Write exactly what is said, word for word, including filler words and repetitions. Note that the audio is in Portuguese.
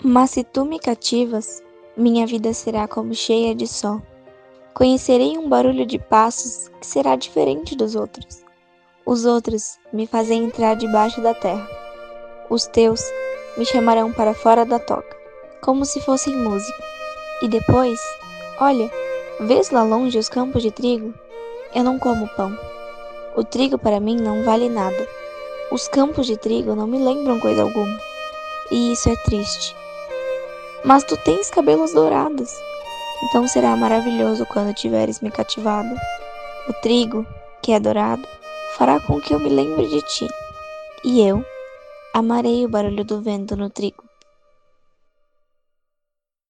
Mas se tu me cativas, minha vida será como cheia de sol. Conhecerei um barulho de passos que será diferente dos outros. Os outros me fazem entrar debaixo da terra. Os teus me chamarão para fora da toca, como se fossem música. E depois, olha, vês lá longe os campos de trigo? Eu não como pão. O trigo para mim não vale nada. Os campos de trigo não me lembram coisa alguma. E isso é triste. Mas tu tens cabelos dourados. Então será maravilhoso quando tiveres me cativado. O trigo, que é dourado, fará com que eu me lembre de ti. E eu amarei o barulho do vento no trigo.